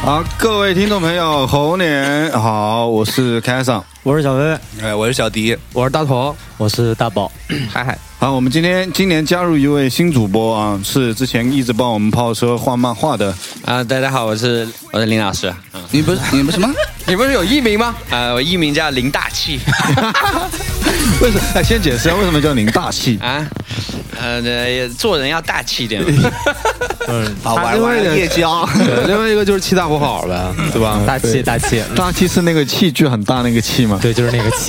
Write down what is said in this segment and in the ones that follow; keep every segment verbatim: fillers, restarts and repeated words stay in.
好，各位听众朋友，猴年好，我是开尚， 我是小薇， 哎，我是小迪， 我是大头， 我是大宝， 嗨嗨。 好，我们今天今年加入一位新主播啊，是之前一直帮我们泡车画漫画的啊。大家好，我是我是林老师。 嗯、你不是你们什么？ 你不是有艺名吗？啊，我艺名叫林大气。 为什么？哎，先解释一下为什么叫林大气啊？呃，做人要大气一点。 嗯，好玩玩夜宵。 另外一个就是气大活好呗，对吧？ 大气大气大气是那个器具很大那个气吗？ 对，就是那个气。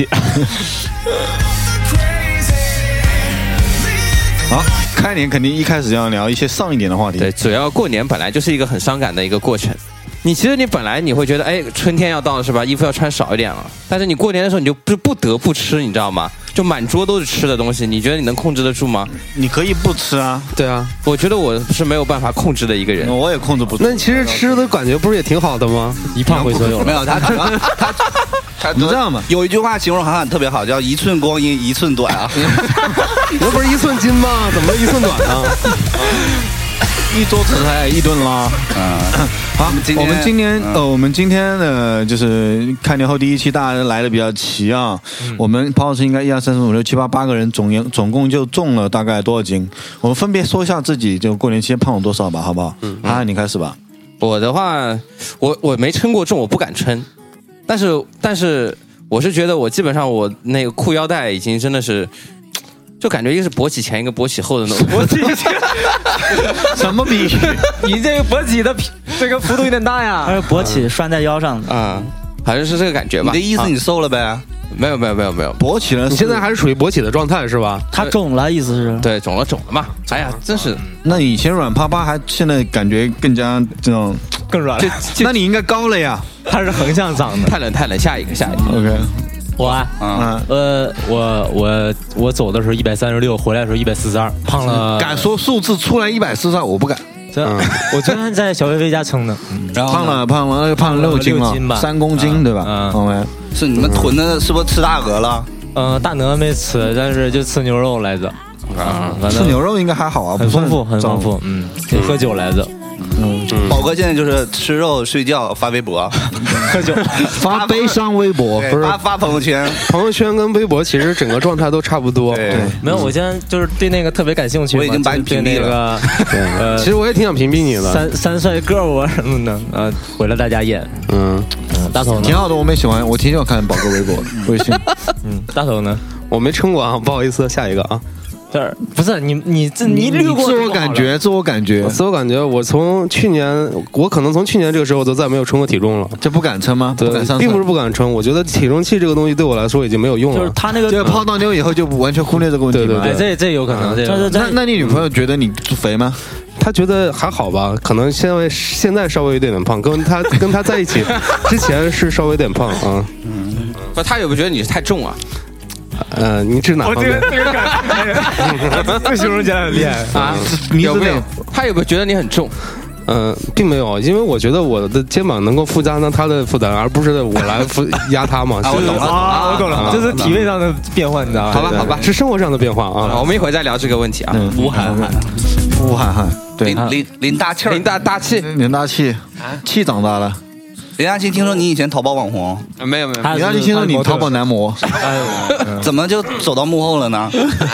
好，开年肯定一开始要聊一些上一点的话题。 对，主要过年本来就是一个很伤感的一个过程。你其实你本来你会觉得，哎，春天要到了是吧？衣服要穿少一点了。但是你过年的时候你就不不得不吃，你知道吗？就满桌都是吃的东西，你觉得你能控制得住吗？ 你可以不吃啊。 对啊，我觉得我是没有办法控制的一个人。 我也控制不住。 那其实吃的感觉不是也挺好的吗？ 一胖毁所有。 没有他他他他， 你知道吗？ 有一句话形容韩寒特别好，叫一寸光阴一寸短啊。 那不是一寸金吗？怎么一寸短呢？ 一桌子菜一顿拉。嗯，好，我们今天呃，我们今天呢，就是开年后第一期，大家来的比较齐啊。嗯、我们泡是应该一二三四五六七八八个人，总总共就重了大概多少斤？我们分别说一下自己就过年期间胖了多少吧，好不好？嗯，啊，你开始吧。 我的话，我我没称过重，我不敢称，但是但是我是觉得我基本上我那个裤腰带已经真的是。就感觉一个是勃起前一个勃起后的那种。 勃起前什么比喻？ 你这个勃起的这个幅度有点大呀。还是勃起拴在腰上的啊、嗯，好像是这个感觉吧。 你的意思你瘦了呗？ 啊、没有没有没有没有， 勃起了。 你现在还是属于勃起的状态是吧？ 他肿了，意思是？ 对，肿了肿了嘛。哎呀，真是。 那你以前软趴趴，还现在感觉更加这种更软了。 那你应该高了呀。 它是横向长的。 太冷太冷，下一个下一个。 OK。 我啊，嗯，呃，我我我走的时候一百三十六，回来的时候一百四十二，胖了。 敢说数字出来一百四十二，我不敢。 真，我昨天在小薇薇家称的， 然后胖了胖了胖了六斤了，三公斤对吧？ 嗯 ，OK。 是你们囤的，是不是吃大鹅了？ 嗯，大鹅没吃，但是就吃牛肉来着。 啊，吃牛肉应该还好啊， 很丰富，很丰富。嗯，喝酒来着。 嗯，宝哥现在就是吃肉、睡觉、发微博、 喝酒、 发悲伤微博， 不是发发朋友圈。 朋友圈跟微博其实整个状态都差不多。 对， 没有，我现在就是对那个特别感兴趣。 我已经把你屏蔽了。 对，呃，其实我也挺想屏蔽你的。 三三帅哥我什么的，呃，毁了大家眼。 嗯嗯，大头呢？ 挺好的，我没喜欢，我挺喜欢看宝哥微博的微信。 嗯，大头呢？ 我没称过啊，不好意思，下一个啊。 这儿不是你你这你你自我感觉自我感觉自我感觉我从去年我可能从去年这个时候都再没有称过体重了。 这不敢称吗？ 对，并不是不敢称，我觉得体重器这个东西对我来说已经没有用了。 就是他那个这个泡到妞以后就完全忽略这个问题了。 对对对，这这有可能。 那那你女朋友觉得你肥吗？ 她觉得还好吧，可能现在现在稍微有点点胖，跟她跟她在一起之前是稍微有点胖啊。嗯，不，她有没有觉得你太重啊？呃，你指哪方面？ 我这个这个感，这形容起来很厉害啊！你有没有？他有没有觉得你很重？嗯、呃，并没有，因为我觉得我的肩膀能够负担他的负担，而不是我来负压他嘛。 啊，我懂了啊，我懂了，这是体位上的变换，你知道吗？ 好吧，好吧，是生活上的变化啊。好，我们一会儿再聊这个问题啊。 吴涵涵， 吴涵涵，对， 林林林大气， 林大大气， 林大气，气长大了。 林大气，听说你以前淘宝网红？ 啊，没有没有。 林大气，听说你淘宝男模， 怎么就走到幕后了呢？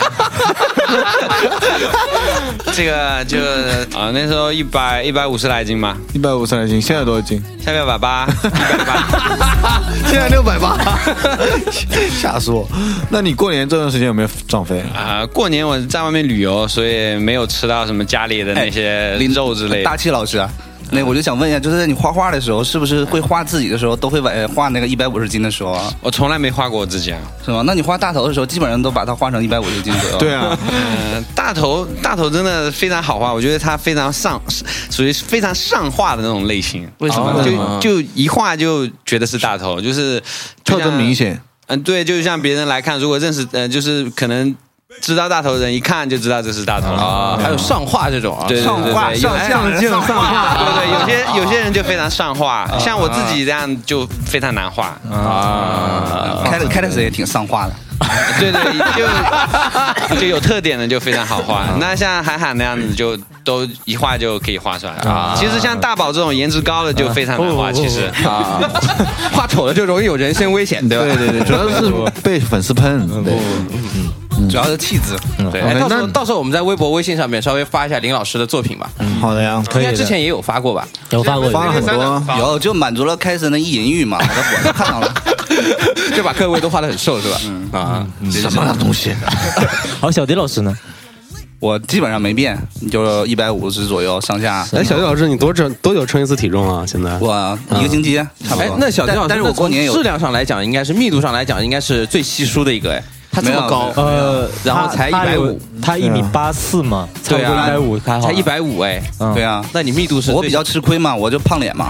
这个就啊，那时候一百一百五十来斤嘛， 一百五十来斤，现在多少斤？ 现在六百八，一百八， 现在六百八，瞎说。那你过年这段时间有没有长肥啊、呃？过年我在外面旅游，所以没有吃到什么家里的那些肉之类的。 大气老师啊。那我就想问一下，就是在你画画的时候，是不是会画自己的时候，都会画那个一百五十斤的时候啊？ 我从来没画过我自己啊， 是吗？那你画大头的时候，基本上都把它画成一百五十斤左右。 对啊， 嗯、呃，大头大头真的非常好画，我觉得他非常上，属于非常上画的那种类型。 为什么呢？ 就就一画就觉得是大头，就是特征明显。 嗯，对，就像别人来看，如果认识，呃，就是可能。知道大头的人一看就知道这是大头啊， 还有上画这种啊， 对对对对， 上相镜上画， 对对，有些有些人就非常上画，像我自己这样就非常难画啊。开的开的时候也挺上画的， 对对，就就有特点的就非常好画。那像韩寒那样子就都一画就可以画出来啊。其实像大宝这种颜值高的就非常难画，其实啊， 画丑的就容易有人身危险，对吧？ 对对对，主要是被粉丝喷。对， 嗯，主要是气质。 对，到时候到时候我们在微博、微信上面稍微发一下林老师的作品吧。 好的呀， 可以。 应该之前也有发过吧？ 有发过， 发了很多， 有就满足了凯森的意淫欲嘛，我都看到了。 就把各位都画得很瘦是吧？嗯啊， 什么东西？ 好，小迪老师呢？ 我基本上没变，就一百五十左右上下。 哎，小迪老师，你多称多久称一次体重啊？现在我一个星期差不多。 哎，那小迪老师， 但是我过年有质量上来讲，应该是密度上来讲，应该是最稀疏的一个哎。他这么高， 呃， 然后才一百五， 他一米八四嘛，差不多一百五， 才一百五哎。 对啊， 那你密度是？ 我比较吃亏嘛，我就胖脸嘛。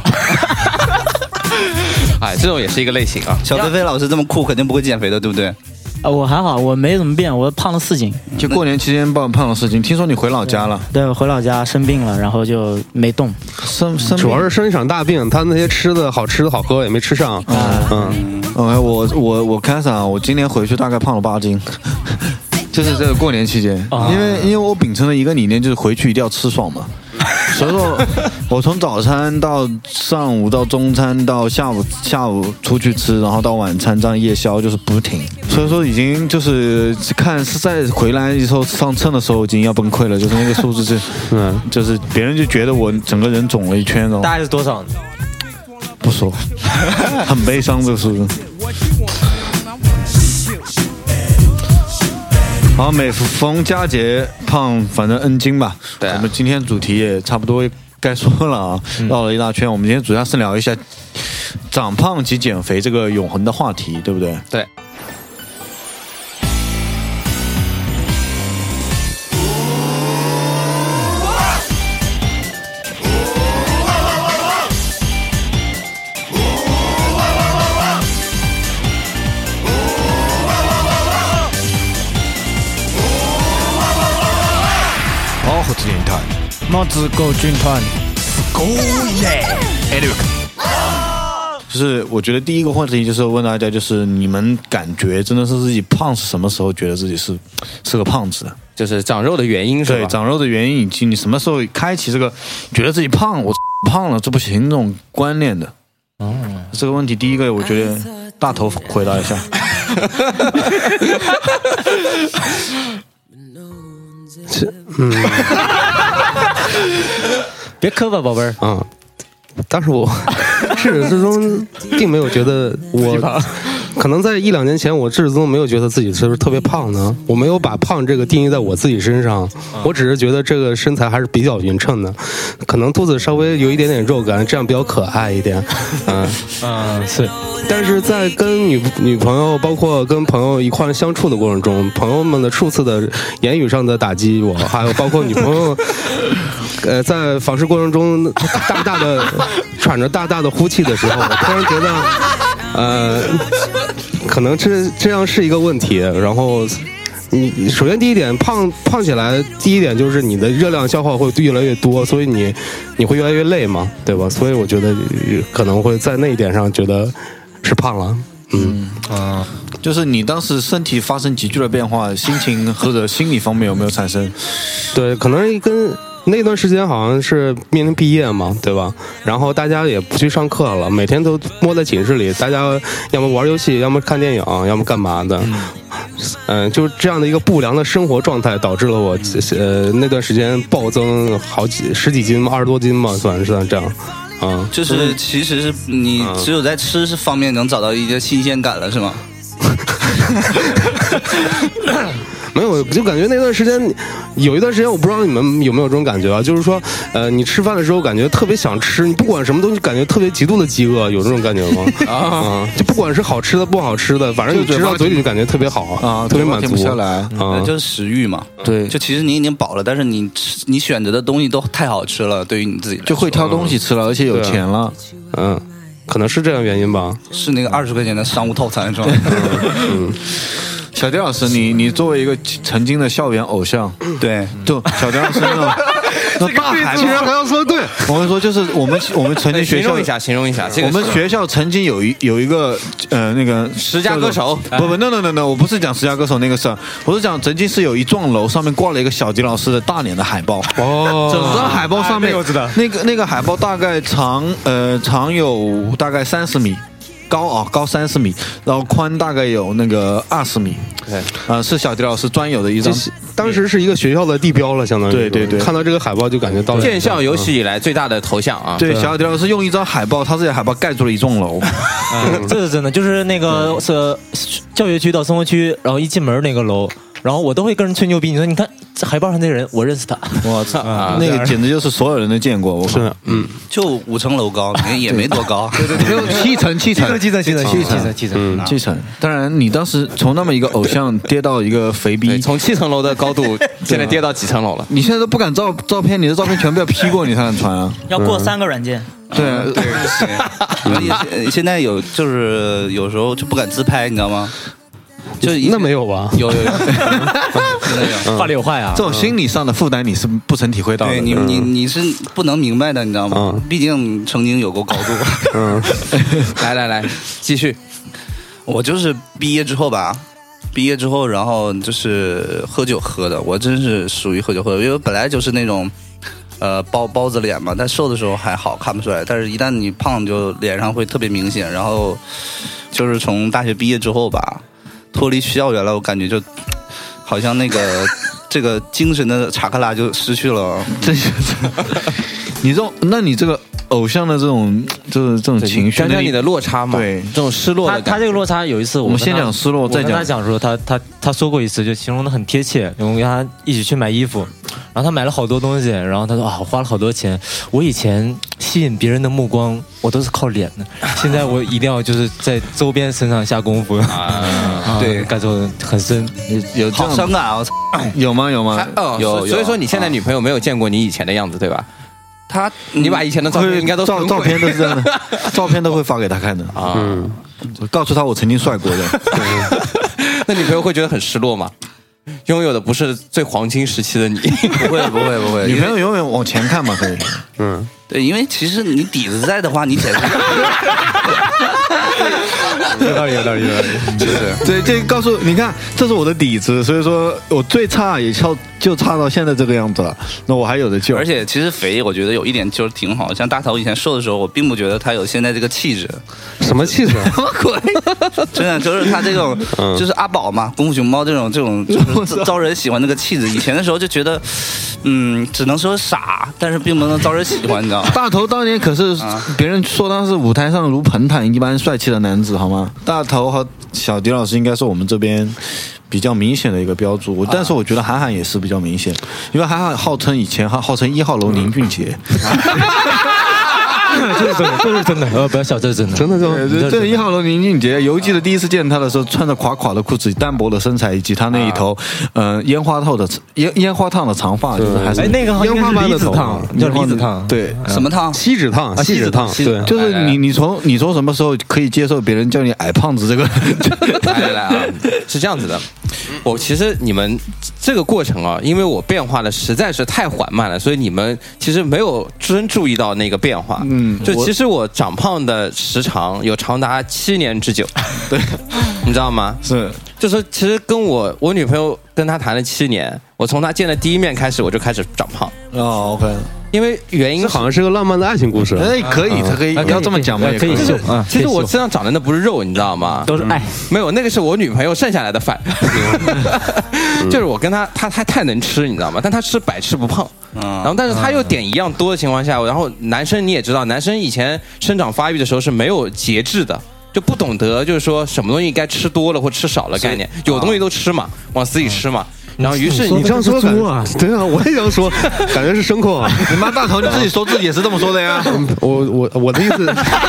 哎，这种也是一个类型啊。 小飞飞老师这么酷，肯定不会减肥的，对不对？ 啊，我还好，我没怎么变，我胖了四斤。 就过年期间胖胖了四斤，听说你回老家了？ 对，回老家生病了，然后就没动。 生生主要是生一场大病，他那些吃的好吃的好喝也没吃上。 嗯，OK，我我我开场，我今年回去大概胖了八斤。就是这个过年期间，因为因为我秉承了一个理念，就是回去一定要吃爽嘛。所以说，我从早餐到上午到中餐到下午下午出去吃，然后到晚餐这样夜宵就是不停。所以说已经就是看是在回来以后上称的时候已经要崩溃了，就是那个数字是，嗯，就是别人就觉得我整个人肿了一圈， 大概是多少？ 不说，很悲伤这个数字。好，每逢佳节胖，反正 N 斤吧。 对、啊， 我们今天主题也差不多该说了啊，绕了一大圈。我们今天主要是聊一下长胖及减肥这个永恒的话题，对不对？ 对。 帽子狗军团， 狗耶！就是我觉得第一个话题就是问大家，就是你们感觉真的是自己胖是什么时候觉得自己是是个胖子的？ 就是长肉的原因是吧？ 对，长肉的原因以及你什么时候开启这个觉得自己胖，我胖了这不行这种观念的。哦，这个问题第一个我觉得大头回答一下。 嗯， 别磕吧，宝贝儿。 嗯，但是我至始至终并没有觉得我，可能在一两年前，我至始至终没有觉得自己是不是特别胖呢？我没有把胖这个定义在我自己身上，我只是觉得这个身材还是比较匀称的，可能肚子稍微有一点点肉感，这样比较可爱一点。嗯嗯，是。 但是在跟女女朋友，包括跟朋友一块相处的过程中，朋友们的数次的言语上的打击我，还有包括女朋友，呃，在访视过程中大大的喘着大大的呼气的时候，我突然觉得，呃，可能这这样是一个问题。然后，你首先第一点，胖胖起来，第一点就是你的热量消耗会越来越多，所以你你会越来越累嘛，对吧？所以我觉得可能会在那一点上觉得。是胖了，嗯啊，就是你当时身体发生急剧的变化，心情或者心理方面有没有产生？ 对，可能跟那段时间好像是面临毕业嘛，对吧？然后大家也不去上课了，每天都窝在寝室里，大家要么玩游戏，要么看电影，要么干嘛的。嗯，嗯，就这样的一个不良的生活状态，导致了我呃那段时间暴增好几十几斤嘛，二十多斤嘛，算是这样。 嗯，就是其实是你只有在吃方面能找到一些新鲜感了，是吗？ 没有，就感觉那段时间有一段时间，我不知道你们有没有这种感觉啊，就是说，呃，你吃饭的时候感觉特别想吃，你不管什么东西，感觉特别极度的饥饿，有这种感觉吗？啊，就不管是好吃的不好吃的，反正你吃到嘴里就感觉特别好啊，特别满足， 停不下来啊，就是食欲嘛。 对， 就其实你已经饱了，但是你吃你选择的东西都太好吃了，对于你自己来说就会挑东西吃了，而且有钱了， 嗯。可能是这样原因吧， 是那个二十块钱的商务套餐是吧？ 嗯，小迪老师，你你作为一个曾经的校园偶像， 对， 就小迪老师那种那大海竟然还要说对。 我跟你说，就是我们我们曾经学校形容一下，形容一下，这个我们学校曾经有一有一个呃那个十佳歌手， 不不 no no no no， 我不是讲十佳歌手那个事儿，我是讲曾经是有一幢楼上面挂了一个小迪老师的大脸的海报。哦，整张海报上面， 我知道， 那个那个海报大概长呃长有大概三十米。高啊，高三十米，然后宽大概有那个二十米，对，啊、呃，是小迪老师专有的一张， 当时是一个学校的地标了，相当于对对对， 看到这个海报就感觉到了建校有史以来最大的头像啊， 对，小迪老师用一张海报，他自己的海报盖住了一栋楼， 嗯，这是真的，就是那个是教学区到生活区，然后一进门那个楼。然后我都会跟人吹牛逼，你说你看这海报上那人，我认识他， 我操，啊、那个简直就是所有人都见过，我是，嗯， 就五层楼高，也没多高， 对对对，七层七层七层七层七层七层七层。当然，你当时从那么一个偶像跌到一个肥逼， 从七层楼的高度，现在跌到几层楼了？ 你现在都不敢照照片，你的照片全部要 P 过你才敢传啊， 要过三个软件。 对啊， 对，现在有就是有时候就不敢自拍，你知道吗？ 就那没有吧？ 有有有， 话里有话呀。 这种心理上的负担你是不曾体会到的。 对你你你是不能明白的，你知道吗？嗯、毕竟曾经有过高度。 嗯，来来来，继续。 我就是毕业之后吧，毕业之后，然后就是喝酒喝的。我真是属于喝酒喝的，因为我本来就是那种。呃，包包子脸嘛，但瘦的时候还好看不出来，但是一旦你胖，就脸上会特别明显。然后就是从大学毕业之后吧，脱离校园了，我感觉就好像那个这个精神的查克拉就失去了。 这是你这种，那你这个偶像的这种就是这种情绪， 讲讲你的落差嘛， 对， 这种失落的他他这个落差有一次我， 我们先讲失落，再讲。 我跟他讲说，他他他说过一次，就形容的很贴切。我跟他一起去买衣服，然后他买了好多东西，然后他说啊，我花了好多钱。我以前吸引别人的目光，我都是靠脸的，现在我一定要就是在周边身上下功夫。啊，对，感受很深， 有这好伤感啊！ 有吗？有吗？ 哦，有。所以说你现在女朋友没有见过你以前的样子，对吧？他，你把以前的照片应该都照照片都是这样的，照片都会发给他看的啊。嗯，告诉他我曾经帅过的。 那女朋友会觉得很失落吗？拥有的不是最黄金时期的你。 不会不会不会，女朋友永远往前看嘛，可以。 嗯，对，因为其实你底子在的话，你简直。 有道理，有道理，有道理， 是不是？对，这告诉你看，这是我的底子，所以说我最差也就就差到现在这个样子了。那我还有的救。 而且其实肥，我觉得有一点就是挺好，像大头以前瘦的时候，我并不觉得他有现在这个气质。 什么气质？ 什么鬼？真的就是他这种，就是阿宝嘛，功夫熊猫这种这种就是招人喜欢那个气质。以前的时候就觉得，嗯，只能说傻，但是并不能招人喜欢，你知道吗？ 大头当年可是别人说他是舞台上如彭坦一般帅气的男子，好吗？大头和小迪老师应该是我们这边比较明显的一个标注，但是我觉得韩寒也是比较明显，因为韩寒号称以前号称一号楼林俊杰。 这是真的，这是真的，呃，不要笑，这是真的， 真的， 这这一号楼林俊杰，犹记得第一次见他的时候，穿着垮垮的裤子、单薄的身材，以及他那一头，呃，烟花烫的烟烟花烫的长发，就是还是哎那个烟花般的头， 叫离子烫， 对， 什么烫？ 锡纸烫，锡纸烫，对， 就是你你从你从什么时候可以接受别人叫你矮胖子这个？ 来来来啊，是这样子的，我其实你们这个过程啊，因为我变化的实在是太缓慢了，所以你们其实没有真注意到那个变化，嗯。就其实我长胖的时长有长达七年之久， 对， 你知道吗？ 是， 就是其实跟我我女朋友跟她谈了七年，我从她见的第一面开始我就开始长胖。 哦 ，OK， 因为原因这好像是个浪漫的爱情故事。 哎，可以，可以，你要这么讲嘛，也可以秀啊。 其实我身上长的那不是肉，你知道吗？ 都是爱， 没有，那个是我女朋友剩下来的饭。就是我跟她，她她太能吃，你知道吗？但她吃百吃不胖。然后，但是他又点一样多的情况下，然后男生你也知道，男生以前生长发育的时候是没有节制的，就不懂得就是说什么东西该吃多了或吃少了概念，有东西都吃嘛，往死里吃嘛。然后于是你这样说感啊，对啊，我也这样说，感觉是牲口啊。 你妈大头你自己说自己也是这么说的呀。 我我我的意思。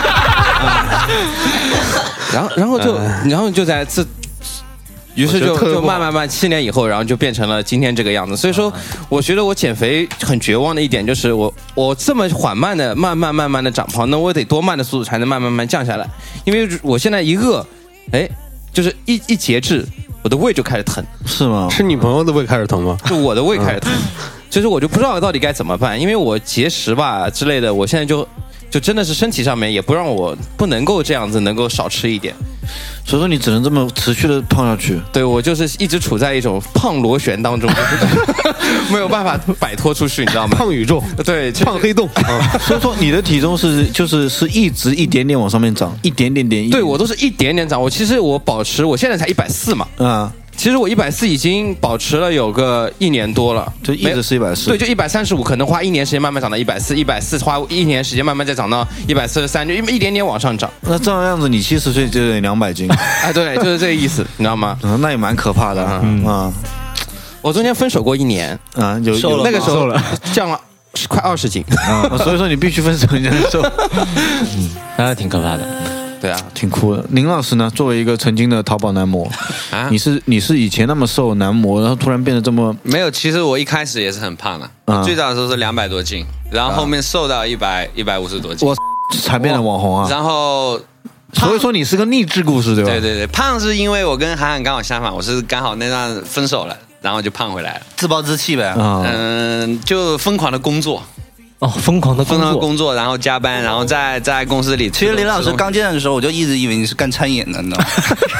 然后然后就然后就在自。于是就就慢慢慢七年以后，然后就变成了今天这个样子。所以说，我觉得我减肥很绝望的一点就是，我我这么缓慢的慢慢慢慢的长胖，那我得多慢的速度才能慢慢慢降下来？因为我现在一饿，哎，就是一一节制，我的胃就开始疼。 是吗？ 是女朋友的胃开始疼吗？ 就我的胃开始疼。 就是我就不知道到底该怎么办，因为我节食吧之类的，我现在就就真的是身体上面也不让我不能够这样子能够少吃一点， 所以说你只能这么持续的胖下去。 对，我就是一直处在一种胖螺旋当中，没有办法摆脱出去，你知道吗？ 胖宇宙， 对， 胖黑洞。 所以说你的体重是就是是一直一点点往上面涨，一点点点。一点对我都是一点点涨，我其实我保持我现在才一百四嘛， 啊。 其实我一百四已经保持了有个一年多了， 就一直是一百四。 对，就一百三十五，可能花一年时间慢慢涨到一百四，一百四花一年时间慢慢再涨到一百四十三，就一点点往上涨。 那这样子，你七十岁就得两百斤。 啊，对，就是这个意思，你知道吗？ 嗯，那也蛮可怕的啊。嗯啊， 我中间分手过一年啊，有瘦了那个时候降了快二十斤啊，所以说你必须分手你才能瘦。 嗯，那挺可怕的。 对啊， 挺酷的。林老师呢，作为一个曾经的淘宝男模， 啊， 你是你是以前那么瘦男模，然后突然变得这么没有？其实我一开始也是很胖的， 啊、 最早的时候是两百多斤，然后后面瘦到一百一百五十多斤， 我才变得网红啊。 然后， 所以说你是个励志故事，对吧？ 对对对，胖是因为我跟韩寒刚好相反，我是刚好那段分手了，然后就胖回来了， 自暴自弃呗。 啊， 嗯，就疯狂的工作。 哦，疯狂的工作， 疯狂的工作，然后加班，然后在在公司里。 其实林老师刚见的时候，我就一直以为你是干餐饮的，你知道吗？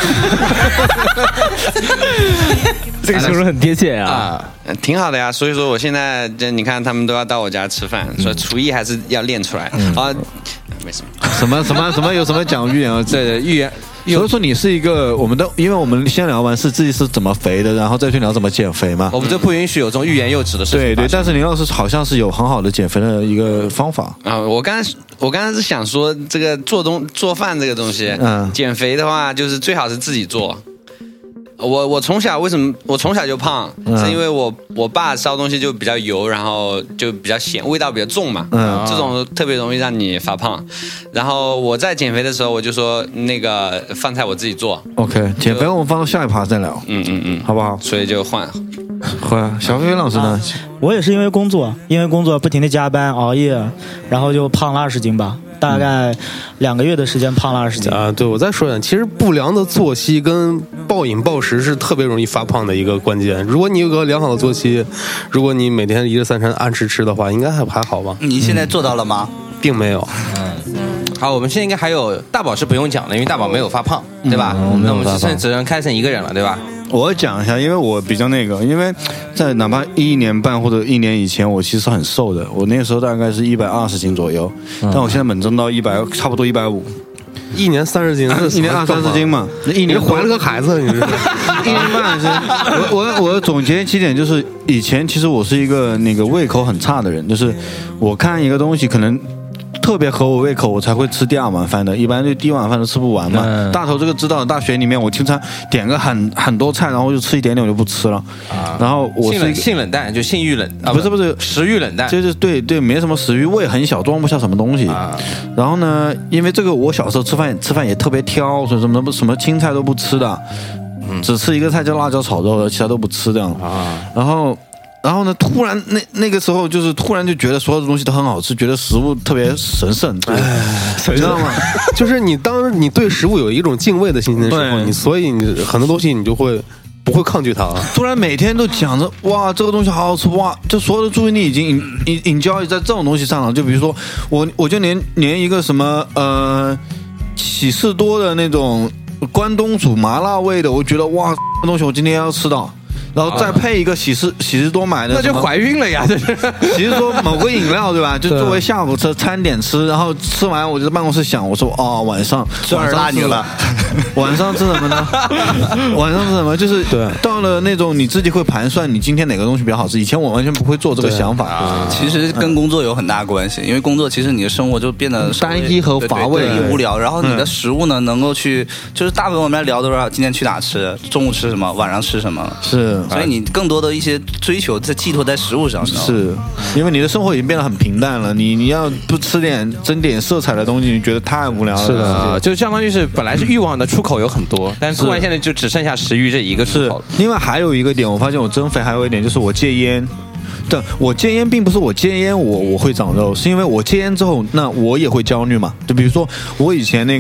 这个形容很贴切啊， 啊，挺好的呀。所以说我现在这你看他们都要到我家吃饭，说厨艺还是要练出来、嗯、啊。没什么， 什么什么什么有什么讲预言啊？ 对对，预言。 所以说你是一个，我们的，因为我们先聊完是自己是怎么肥的，然后再去聊怎么减肥嘛。 我们这不允许有这种欲言又止的事情。 对对，但是林老师好像是有很好的减肥的一个方法啊。我刚才我刚才是想说，这个做东做饭这个东西，嗯，减肥的话就是最好是自己做。我我从小为什么我从小就胖，嗯、是因为我我爸烧东西就比较油，然后就比较咸，味道比较重嘛，嗯，这种特别容易让你发胖。然后我在减肥的时候，我就说那个饭菜我自己做。 OK， 减肥我们放到下一趴再聊， 嗯嗯嗯， 好不好？ 所以就换。 换小飞老师呢、啊？ 我也是因为工作，因为工作不停的加班熬夜，然后就胖了二十斤吧。大概两个月的时间胖了二十斤啊！对，我再说一下，其实不良的作息跟暴饮暴食是特别容易发胖的一个关键。如果你有个良好的作息，如果你每天一日三餐按时吃的话，应该还还好吧？ 你现在做到了吗？ 嗯、并没有。 嗯，好，我们现在应该还有大宝是不用讲的，因为大宝没有发胖，对吧？嗯、那我们只剩只能开剩一个人了，对吧？ 我讲一下，因为我比较那个，因为在哪怕一年半或者一年以前，我其实很瘦的，我那个时候大概是一百二十斤左右，嗯、但我现在猛增到一百，差不多一百五， 一年三十斤， 一年二三十斤嘛，一年怀了个孩子，你是一年半是。我我我总结几点，就是以前其实我是一个那个胃口很差的人，就是我看一个东西可能特别合我胃口，我才会吃第二碗饭的，一般就第一碗饭都吃不完嘛。嗯、大头这个知道，大学里面我经常点个很很多菜，然后就吃一点点我就不吃了。啊、然后我是性性冷淡，就性欲冷啊，不是不是食欲冷淡， 就是对对，没什么食欲，胃很小，装不下什么东西。啊、然后呢，因为这个我小时候吃饭吃饭也特别挑，所以什么什么青菜都不吃的，嗯、只吃一个菜叫辣椒炒肉，其他都不吃这样。啊，然后。然后呢，突然那那个时候就是突然就觉得所有的东西都很好吃，觉得食物特别神圣，你知道吗？ 就是你当你对食物有一种敬畏的心情的时候，你所以你很多东西你就会不会抗拒它了。 突然每天都讲着哇，这个东西好好吃哇，就所有的注意力已经引引引交在这种东西上了。就比如说我我就连连一个什么呃喜事多的那种关东煮麻辣味的，我觉得哇，这东西我今天要吃到。然后再配一个喜事喜事多买的， 那就怀孕了呀！这是喜事多某个饮料对吧？就作为下午吃餐点吃，然后吃完我就在办公室想，我说哦，晚上晚上你了， 晚上吃什么呢？晚上吃什么？就是对，到了那种你自己会盘算你今天哪个东西比较好吃。以前我完全不会做这个想法。 啊、其实跟工作有很大关系，因为工作其实你的生活就变得单一和乏味、 无聊。然后你的食物呢，能够去，就是大部分我们来聊都是今天去哪吃，中午吃什么，晚上吃什么， 是。 所以你更多的一些追求在寄托在食物上， 是因为你的生活已经变得很平淡了，你你要不吃点增点色彩的东西，你觉得太无聊了。 是的， 呃、就相当于是本来是欲望的出口有很多，但是突然现在就只剩下食欲这一个出口。 另外还有一个点，我发现我增肥还有一点就是我戒烟。但我戒烟并不是我戒烟我我会长肉，是因为我戒烟之后，那我也会焦虑嘛。就比如说我以前那个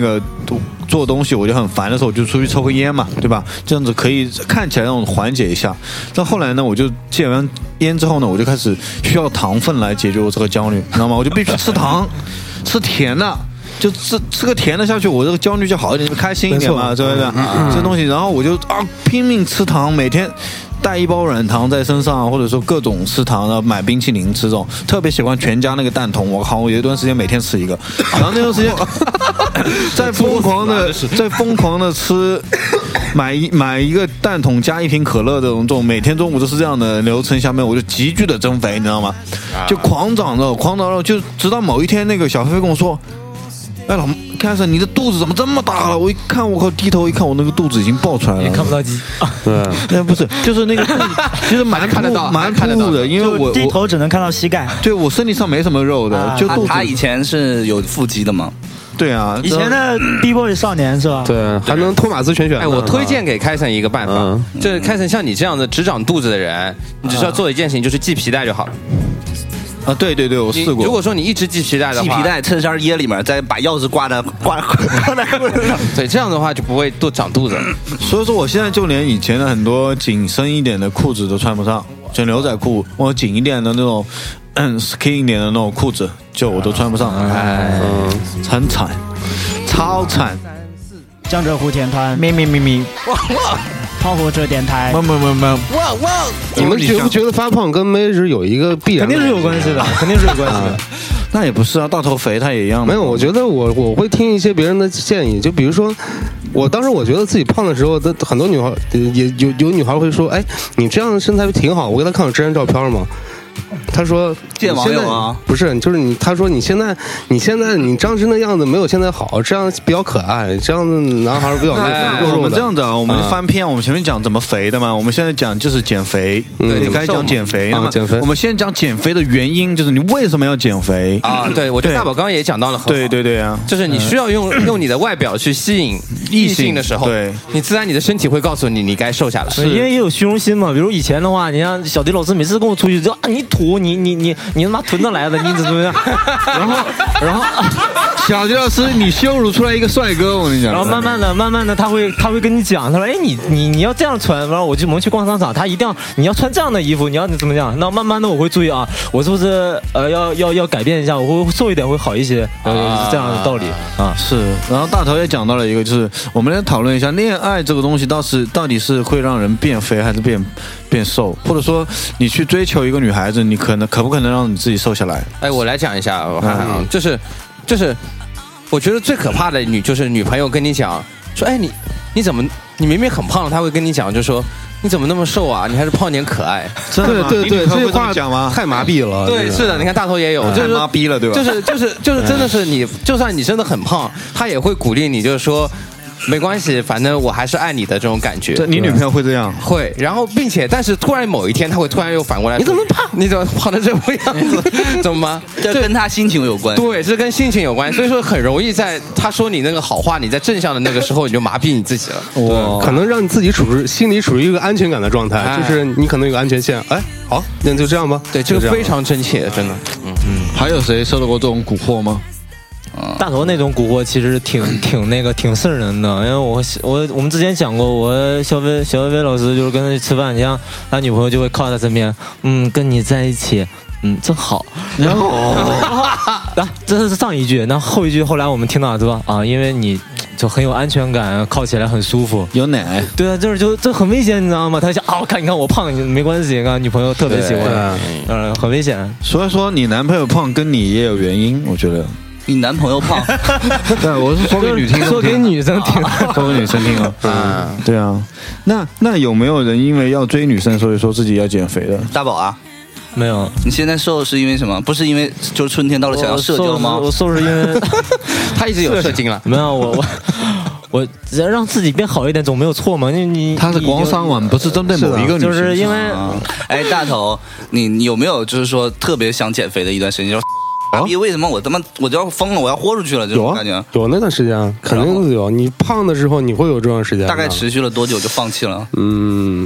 做东西我就很烦的时候，我就出去抽个烟嘛，对吧？这样子可以看起来让我缓解一下。但后来呢，我就戒完烟之后呢，我就开始需要糖分来解决我这个焦虑，你知道吗？我就必须吃糖，吃甜的。就吃吃个甜的下去，我这个焦虑就好一点，就开心一点嘛，对不对？这东西，然后我就啊拼命吃糖，每天带一包软糖在身上，或者说各种吃糖的，买冰淇淋吃这种，特别喜欢全家那个蛋筒，我靠，我有一段时间每天吃一个，然后那段时间在疯狂的在疯狂的吃，买一买一个蛋筒加一瓶可乐这种这种，每天中午都是这样的流程下面，我就急剧的增肥，你知道吗？就狂长肉，狂长肉，就直到某一天那个小飞飞跟我说。哎，老开始你的肚子怎么这么大了？我一看，我靠，低头一看，我那个肚子已经爆出来了， 也看不到鸡。 对， 那不是，就是那个，就是蛮看得到， 蛮突兀的，因为我低头只能看到膝盖。 对，我身体上没什么肉的， 啊、 就肚子。 他以前是有腹肌的吗？ 对啊， 以前的 B-boy 少年是吧？ 对，还能托马斯全旋。 哎，我推荐给开森一个办法，嗯、就是开森像你这样的只长肚子的人，你只需要做一件事情，就是系皮带就好了。 啊，对对对，我试过。 如果说你一直系皮带的话， 系皮带衬衫掖里面，再把钥匙挂在挂挂在裤子上， 对，这样的话就不会多长肚子。 所以说，我现在就连以前的很多紧身一点的裤子都穿不上，就牛仔裤或者紧一点的那种，嗯 ，skin 一点的那种裤子，就我都穿不上，哎，嗯、很惨，超惨。 江浙沪田团， 咪咪咪咪。 炮火车电台， 慢慢慢慢， 哇哇！你们觉不觉得发胖跟妹纸有一个必然？ 肯定是有关系的，肯定是有关系的。 那也不是啊，大头肥他也一样。 没有，我觉得我我会听一些别人的建议，就比如说，我当时我觉得自己胖的时候，的很多女孩也有有女孩会说，哎，你这样的身材挺好。我给她看我之前照片嘛。他说：“ 见网友啊， 不是，就是你。他说你现在，你现在你当时那样子没有现在好，这样比较可爱，这样子男孩比较肉肉的。 我们这样子啊，我们翻篇，我们前面讲怎么肥的嘛，我们现在讲就是减肥。对，你该讲减肥啊，减肥。 我们先讲减肥的原因，就是你为什么要减肥啊？对，我觉得大宝刚刚也讲到了很好。 对对对啊， 就是你需要用用你的外表去吸引异性的时候， 对， 你自然你的身体会告诉你你该瘦下来。 因为也有虚荣心嘛。比如以前的话，你像小迪老师每次跟我出去就啊，你土，你你你。”你他妈囤的来的，你怎么样？然后，然后， 小迪老师，你羞辱出来一个帅哥，我跟你讲。 然后慢慢的，慢慢的，他会他会跟你讲，他说，哎，你你你要这样穿，然后我就我们去逛商场，他一定要你要穿这样的衣服，你要怎么讲？那慢慢的我会注意啊，我是不是呃要要要改变一下，我会瘦一点会好一些，呃，是这样的道理啊。 是，然后大头也讲到了一个，就是我们来讨论一下恋爱这个东西，到是到底是会让人变肥还是变变瘦，或者说你去追求一个女孩子，你可能可不可能让你自己瘦下来？ 哎，我来讲一下，我看看啊，就是就是，我觉得最可怕的女就是女朋友跟你讲说，哎，你你怎么你明明很胖，她会跟你讲，就说你怎么那么瘦啊？你还是胖点可爱。 对对对，这句话讲吗？太麻痹了。 对，是的，你看大头也有，就是麻痹了，对吧？ 就是就是就是真的是你，就算你真的很胖，她也会鼓励你，就是说。没关系，反正我还是爱你的这种感觉。 你女朋友会这样？ 会，然后并且，但是突然某一天，她会突然又反过来， 你怎么胖？ 你怎么胖成这个样子？怎么吗？ 这跟她心情有关。 对，这跟心情有关，所以说很容易在她说你那个好话，你在正向的那个时候，你就麻痹你自己了。 哇，可能让你自己处于心里处于一个安全感的状态，哎、就是你可能有个安全线。哎，好，那就这样吧。 对，这个非常真切，真的。 嗯嗯。还有谁受到过这种蛊惑吗？ 大头那种蛊惑其实挺挺那个挺瘆人的，因为我我我们之前讲过，我小飞小飞飞老师就是跟他去吃饭，你像他女朋友就会靠在他身边，嗯，跟你在一起，嗯，真好。然后，啊，这是上一句，那后一句后来我们听到说啊，因为你就很有安全感，靠起来很舒服， 有奶。 对啊，就是就这很危险，你知道吗？他想啊，看你看我胖，没关系，看女朋友特别喜欢，嗯，很危险。 所以说你男朋友胖跟你也有原因，我觉得。 你男朋友胖？ 对，我是说给女听， 说给女生听， 说给女生听啊。嗯，对啊。那那有没有人因为要追女生，所以说自己要减肥的？ 大宝啊， 没有。 你现在瘦是因为什么？不是因为就是春天到了想要社交吗？ 我瘦是因为他一直有射精了。 没有，我我我只要让自己变好一点，总没有错嘛。你你他是光商网，不是针对某一个女生， 就是因为哎，大头，你你有没有就是说特别想减肥的一段时间？你为什么我他妈我就要疯了，我要豁出去了这种感觉？ 有那段时间，肯定是有。你胖的时候，你会有这段时间。 大概持续了多久就放弃了？ 嗯，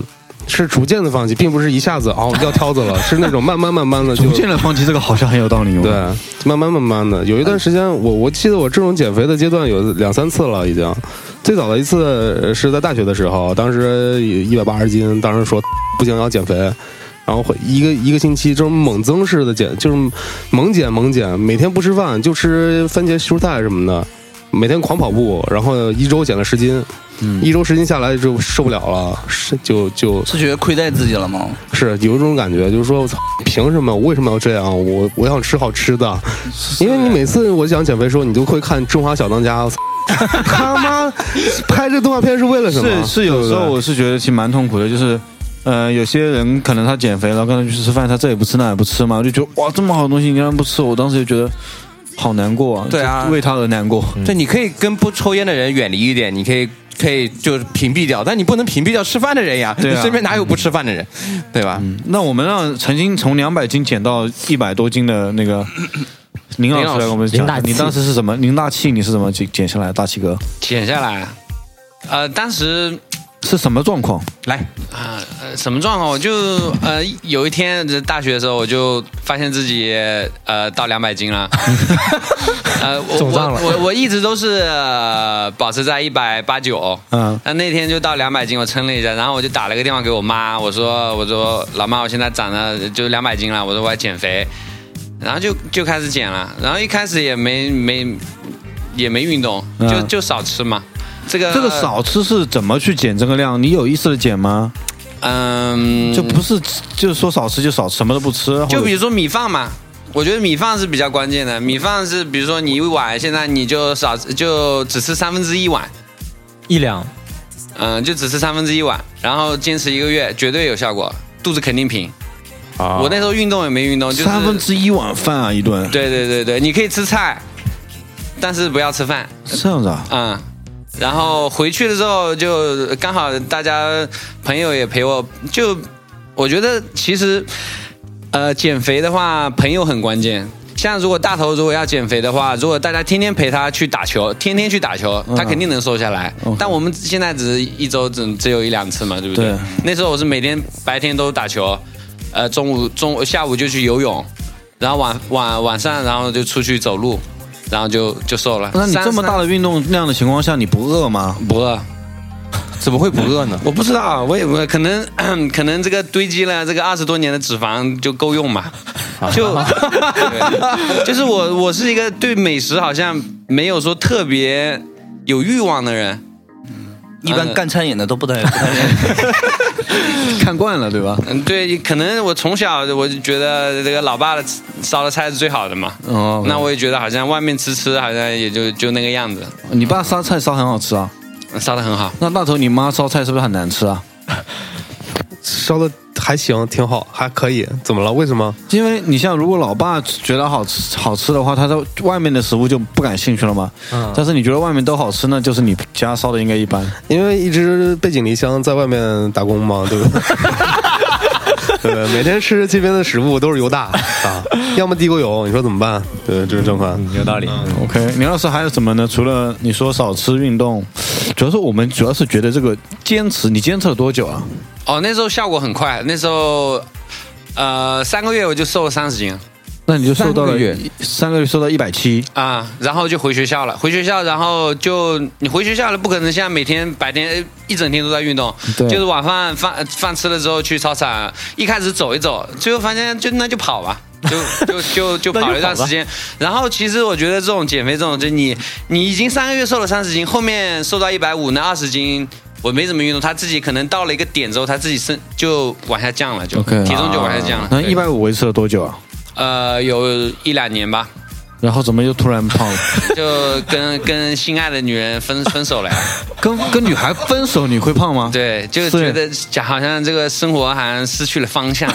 是逐渐的放弃，并不是一下子哦掉挑子了，是那种慢慢慢慢的逐渐的放弃，这个好像很有道理。 对，慢慢慢慢的，有一段时间，我我记得我这种减肥的阶段有两三次了，已经。最早的一次是在大学的时候，当时一百八十斤，当时说不行要减肥，然后一个一个星期就是猛增式的减，就是猛减猛减，每天不吃饭就吃番茄蔬菜什么的，每天狂跑步，然后一周减了十斤。嗯，一周十斤下来就受不了了，是就就是觉得亏待自己了吗？ 是有一种感觉，就是说我操，凭什么？我为什么要这样？我我想吃好吃的，因为你每次我想减肥的时候，你都会看《中华小当家》，他妈拍这动画片是为了什么？ 是是，有时候我是觉得其实蛮痛苦的，就是。呃，有些人可能他减肥了，刚才去吃饭，他这也不吃那也不吃嘛，我就觉得哇，这么好的东西你让他不吃，我当时就觉得好难过啊。 对啊， 为他而难过。 对，你可以跟不抽烟的人远离一点，你可以可以就是屏蔽掉，但你不能屏蔽掉吃饭的人呀。 对啊， 你身边哪有不吃饭的人，对吧？ 嗯，那我们让曾经从两百斤减到一百多斤的那个林老师来跟我们讲，你当时是什么？林大气你是怎么减减下来？大气哥减下来，呃，当时。 是什么状况？ 来啊、呃，什么状况？我就呃有一天大学的时候，我就发现自己呃到两百斤了。呃，我我我我一直都是、呃、保持在一百八九。嗯。那那天就到两百斤，我称了一下，然后我就打了个电话给我妈，我说我说老妈，我现在长了就两百斤了，我说我要减肥，然后就就开始减了，然后一开始也没没也没运动，就、嗯、就少吃嘛。这个这个少吃是怎么去减这个量？你有意识的减吗？ 嗯， 就不是就是说少吃就少，什么都不吃。 就比如说米饭嘛，我觉得米饭是比较关键的。米饭是比如说你一碗，现在你就少就只吃三分之一碗， 一两， 嗯，就只吃三分之一碗，然后坚持一个月，绝对有效果，肚子肯定平。啊、我那时候运动也没运动，就是三分之一碗饭啊一顿。 对对对对，你可以吃菜，但是不要吃饭。 这样子啊？ 嗯。然后回去的时候就刚好大家朋友也陪我，就我觉得其实呃减肥的话朋友很关键。像如果大头如果要减肥的话，如果大家天天陪他去打球，天天去打球，他肯定能瘦下来。嗯、但我们现在只是一周只只有一两次嘛，对不对？对。那时候我是每天白天都打球，呃中午中午下午就去游泳，然后晚晚晚上然后就出去走路。然后就就瘦了。 那你这么大的运动量的情况下，你不饿吗？ 不饿， 怎么会不饿呢？ 我不知道，我也不可能可能这个堆积了这个二十多年的脂肪就够用嘛。就就是我我是一个对美食好像没有说特别有欲望的人。 一般干餐饮的都不太不太看惯了，对吧？ 嗯，对，可能我从小我就觉得这个老爸的烧的菜是最好的嘛。哦，那我也觉得好像外面吃吃好像也就就那个样子。 你爸烧菜烧很好吃啊？ 烧的很好。 那大头你妈烧菜是不是很难吃啊？ 烧的还行，挺好，还可以。怎么了？为什么？ 因为你像如果老爸觉得好吃好吃的话，他在外面的食物就不感兴趣了嘛。嗯。但是你觉得外面都好吃呢，就是你家烧的应该一般。 因为一直背井离乡在外面打工嘛，对不对？对，每天吃这边的食物都是油大啊，要么地沟油，你说怎么办？对，这是状况、 嗯，有道理。 嗯、OK， 林老师还有什么呢？除了你说少吃运动，主要是我们主要是觉得这个坚持，你坚持了多久啊？ 哦，那时候效果很快，那时候呃三个月我就瘦了三十斤。 那你就瘦到了三个月瘦到一百七啊，然后就回学校了。回学校，然后就你回学校了，不可能像每天白天一整天都在运动，就是晚饭饭饭吃了之后去操场，一开始走一走，最后发现就那就跑吧，就就就就跑了一段时间。然后其实我觉得这种减肥这种，就你你已经三个月瘦了三十斤，后面瘦到一百五，那二十斤。我没怎么运动，他自己可能到了一个点之后，他自己身就往下降了，就 okay, 体重就往下降了。 那一百五维持了多久啊？ 呃，有一两年吧。 然后怎么又突然胖了？ 就跟跟心爱的女人分分手了呀。 跟跟女孩分手你会胖吗？ 对，就觉得好像这个生活好像失去了方向。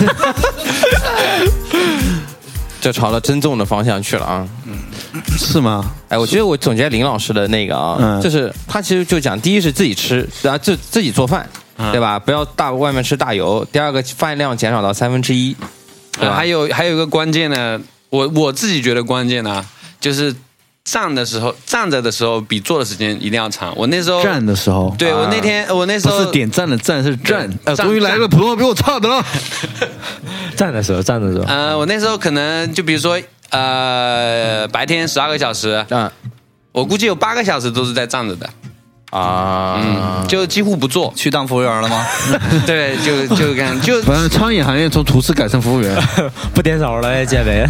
就朝了真正的方向去了啊。 嗯。是吗？ 哎，我觉得我总结林老师的那个啊，嗯、就是他其实就讲，第一是自己吃，然后自自己做饭，嗯、对吧？不要大外面吃大油。第二个饭量减少到三分之一，对吧？ 还有还有一个关键呢，我我自己觉得关键呢，就是站的时候，站着的时候比坐的时间一定要长。我那时候站的时候， 对我那天我那时候不是点赞的赞是站，呃， 站终于来了，普通话比我差的了。 站的时候，站的时候， 呃，我那时候可能就比如说，呃，白天十二个小时， 嗯， 我估计有八个小时都是在站着的。 啊， 嗯，就几乎不做， 去当服务员了吗？ 对，就就干就。 反正餐饮行业从厨师改成服务员， 不点勺了，减肥。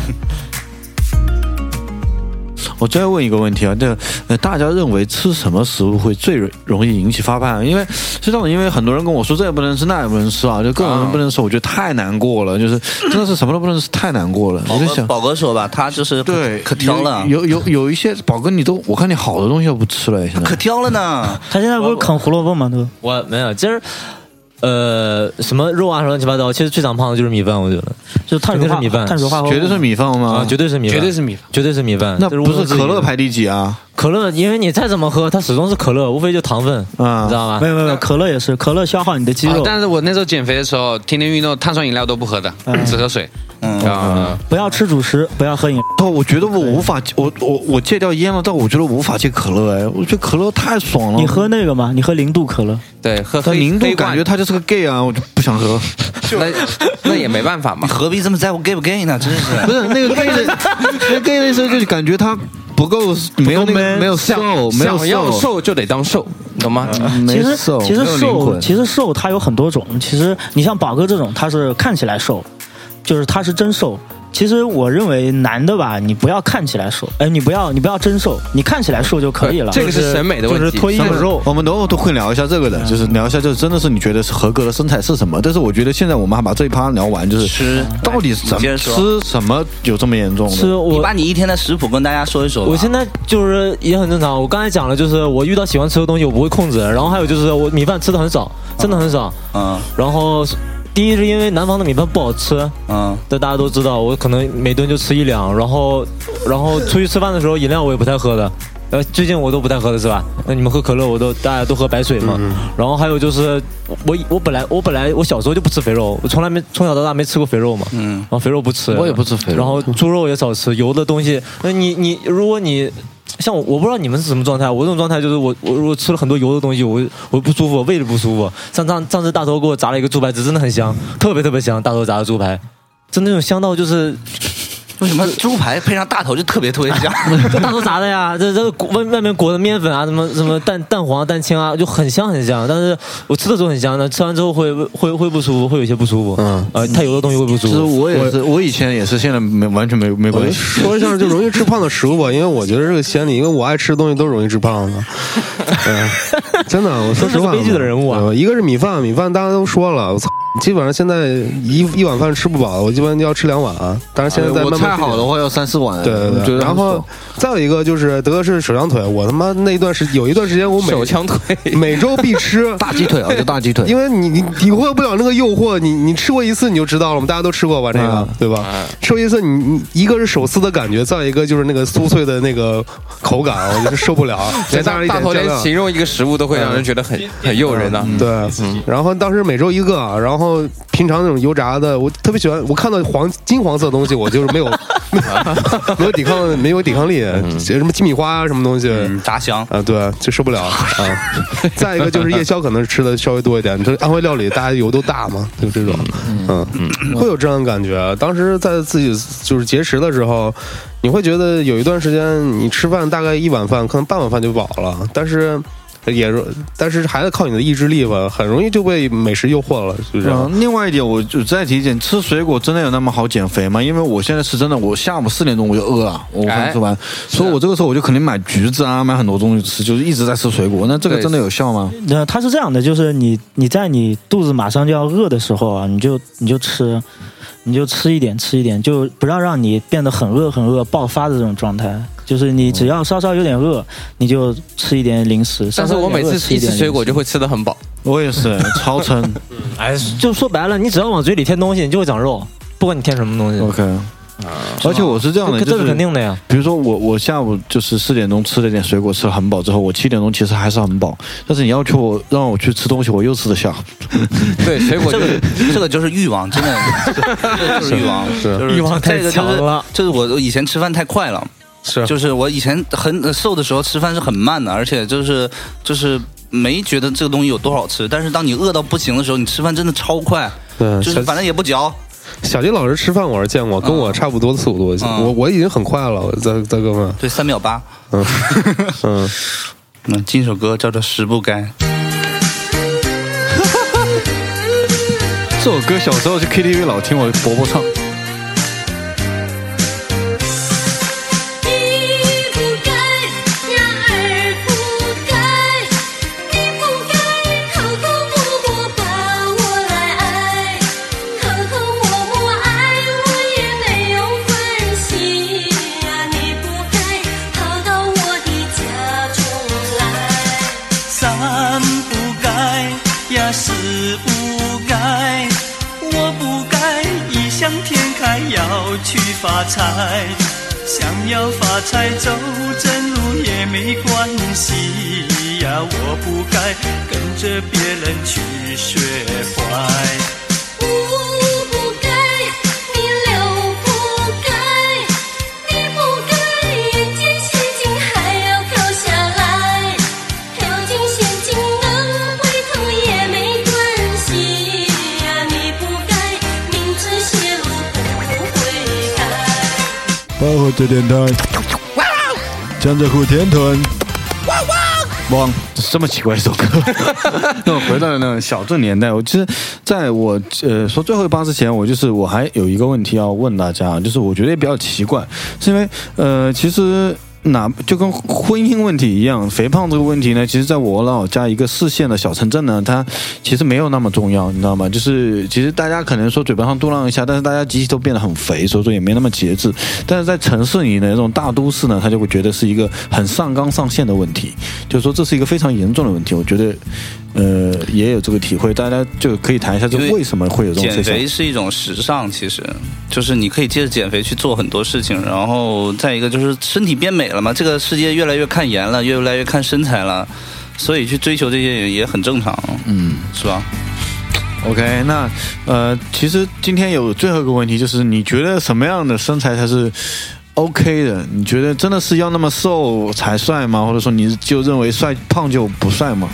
我再问一个问题啊，这呃，大家认为吃什么食物会最容易引起发胖？因为是这样，因为很多人跟我说这也不能吃，那也不能吃啊，就各种人不能吃，我觉得太难过了，就是真的是什么都不能吃，太难过了。我就想， 宝哥说吧，他就是对可挑了， 有有有一些宝哥你都，我看你好多东西都不吃了，现在可挑了呢。 他现在不是啃胡萝卜吗？都我没有，今儿。呃，什么肉啊，乱七八糟，其实最长胖的就是米饭，我觉得， 就是碳水化米饭， 碳水化合物， 绝对是米饭吗？ 啊，绝对是米饭， 绝对是米饭， 绝对是米饭。 那不是可乐排第几啊？ 可乐，因为你再怎么喝，它始终是可乐，无非就糖分，啊，你知道吗？ 没有没有，可乐也是，可乐消耗你的肌肉。 啊、但是我那时候减肥的时候，天天运动，碳酸饮料都不喝的，嗯、只喝水。 嗯啊， 不要吃主食，不要喝饮料。 哦，我觉得我无法，我我我戒掉烟了，但我觉得我无法戒可乐，哎，我觉得可乐太爽了。 你喝那个吗？你喝零度可乐？ 对，喝喝零度感觉他就是个 gay 啊，我就不想喝。 那那也没办法嘛， 你何必这么在乎 gay 不 gay 呢？真是不是那个 gay 的，那个 gay 的时候就感觉他不够，没有那个没有瘦，没有想要瘦就得当瘦，懂吗？ 其实其实瘦，其实瘦它有很多种。其实你像宝哥这种，他是看起来瘦，就是他是真瘦。其实我认为男的吧，你不要看起来瘦，哎，你不要你不要真瘦，你看起来瘦就可以了。 这个是审美的问题， 就是脱衣服肉。 我们等会都会聊一下这个的，就是聊一下，就是真的是你觉得是合格的身材是什么？但是我觉得现在我们还把这一趴聊完，就是吃到底怎么吃什么有这么严重的？ 是我你把你一天的食谱跟大家说一说吧。 我现在就是也很正常，我刚才讲了，就是我遇到喜欢吃的东西我不会控制，然后还有就是我米饭吃的很少，真的很少，嗯，然后。第一是因为南方的米饭不好吃，嗯，这大家都知道，我可能每顿就吃一两，然后，然后出去吃饭的时候饮料我也不太喝的，呃，最近我都不太喝的是吧？那你们喝可乐，我都大家都喝白水嘛。嗯、然后还有就是我我本来我本来我小时候就不吃肥肉，我从来没从小到大没吃过肥肉嘛，嗯，然后肥肉不吃， 我也不吃肥肉， 然后猪肉也少吃，油的东西，那你你如果你。像我，我不知道你们是什么状态。我这种状态就是我，我如果吃了很多油的东西，我我不舒服，胃里不舒服。上上上次大头给我炸了一个猪排，真的很香，特别特别香。大头炸的猪排，真的那种香到就是。 为什么猪排配上大头就特别特别香？ 这大头炸的呀，这这外外面裹的面粉啊，什么什么蛋蛋黄、蛋清啊，就很香很香。但是我吃的时候很香，但吃完之后会会会不舒服，会有一些不舒服。嗯，呃，太油的东西会不舒服。 其实我也是，我以前也是，现在没完全没没关系。 说一下就容易吃胖的食物吧，因为我觉得这个先例，因为我爱吃的东西都容易吃胖的。对，真的，我说实话， 悲剧的人物啊。 一个是米饭，米饭大家都说了，我操。基本上现在一一碗饭吃不饱，我基本上要吃两碗。但是现在在慢慢、 哎、我菜好的话要三四碗。 对对对。然后再有一个就是德式手枪腿，我他妈那一段时有一段时间我每手枪腿每周必吃大鸡腿啊，就大鸡腿。 因为你你体会不了那个诱惑，你你吃过一次你就知道了，我们大家都吃过吧这个、嗯、对吧？嗯、吃过一次你你一个是手撕的感觉，再一个就是那个酥脆的那个口感，我就是受不了。 再加上一点酱料，大头连形容一个食物都会让人觉得很、嗯、很诱人的、啊。 对，嗯。然后当时每周一个，然后平常。那种油炸的，我特别喜欢。我看到黄金黄色的东西，我就是没有没有抵抗，没有抵抗力。嗯、什么鸡米花啊，什么东西， 嗯、炸香啊，对，就受不了啊。再一个就是夜宵，可能吃的稍微多一点。这安徽料理，大家油都大嘛，就这种，嗯嗯，会有这样的感觉。当时在自己就是节食的时候，你会觉得有一段时间，你吃饭大概一碗饭，可能半碗饭就饱了，但是。也，但是还得靠你的意志力吧，很容易就被美食诱惑了，是不是？ 嗯，另外一点，我就再提一点，吃水果真的有那么好减肥吗？因为我现在是真的，我下午四点钟我就饿了，我刚吃完，哎、所以我这个时候我就肯定买橘子啊，买很多东西吃，就是一直在吃水果。那这个真的有效吗？ 那它是这样的，就是你你在你肚子马上就要饿的时候啊，你就你就吃。你就吃一点吃一点，就不要让你变得很饿很饿爆发的这种状态。就是你只要稍稍有点饿，你就吃一点零食。 但是我每次吃一吃水果就会吃得很饱。 我也是超撑。 哎，就说白了，你只要往嘴里添东西，你就会长肉，不管你添什么东西。 OK。啊、而且我是这样的， 这是肯定的呀。 比如说我我下午就是四点钟吃了点水果，吃了很饱之后，我七点钟其实还是很饱。但是你要求我让我去吃东西，我又吃得下。 对，水果这个这个就是欲望，真的，这就是欲望， 是欲望太强了。 就是我以前吃饭太快了。 是， 就是我以前很瘦的时候吃饭是很慢的，而且就是就是没觉得这个东西有多少吃，但是当你饿到不行的时候，你吃饭真的超快， 对， 就是反正也不嚼。 小金老师吃饭我是见过，跟我差不多的速度， 嗯、 我我已经很快了，在在哥们， 对，三秒八， 嗯嗯， 嗯，进首歌叫做《食不该》。 这首歌小时候去 K T V 老听我伯伯唱。 去发财，想要发财走正路也没关系呀，我不该跟着别人去学坏。 包括这电台，江浙沪天团，汪，这么奇怪一首歌。那我回到那个小镇年代，我其实在我呃说最后一趴之前，我就是我还有一个问题要问大家，就是我觉得也比较奇怪，是因为呃其实。那就跟婚姻问题一样，肥胖这个问题呢，其实在我老家一个四线的小城镇呢，它其实没有那么重要，你知道吗？就是其实大家可能说嘴巴上嘟囔一下，但是大家机器都变得很肥，所以说也没那么节制。但是在城市里的那种大都市呢，他就会觉得是一个很上纲上线的问题，就是说这是一个非常严重的问题。我觉得。呃，也有这个体会，大家就可以谈一下，这为什么会有这种减肥是一种时尚，其实就是你可以借着减肥去做很多事情，然后再一个就是身体变美了嘛，这个世界越来越看颜了，越来越看身材了，所以去追求这些也很正常，嗯，是吧 ？OK， 那呃，其实今天有最后一个问题，就是你觉得什么样的身材才是 OK 的？你觉得真的是要那么瘦才帅吗？或者说你就认为帅胖就不帅吗？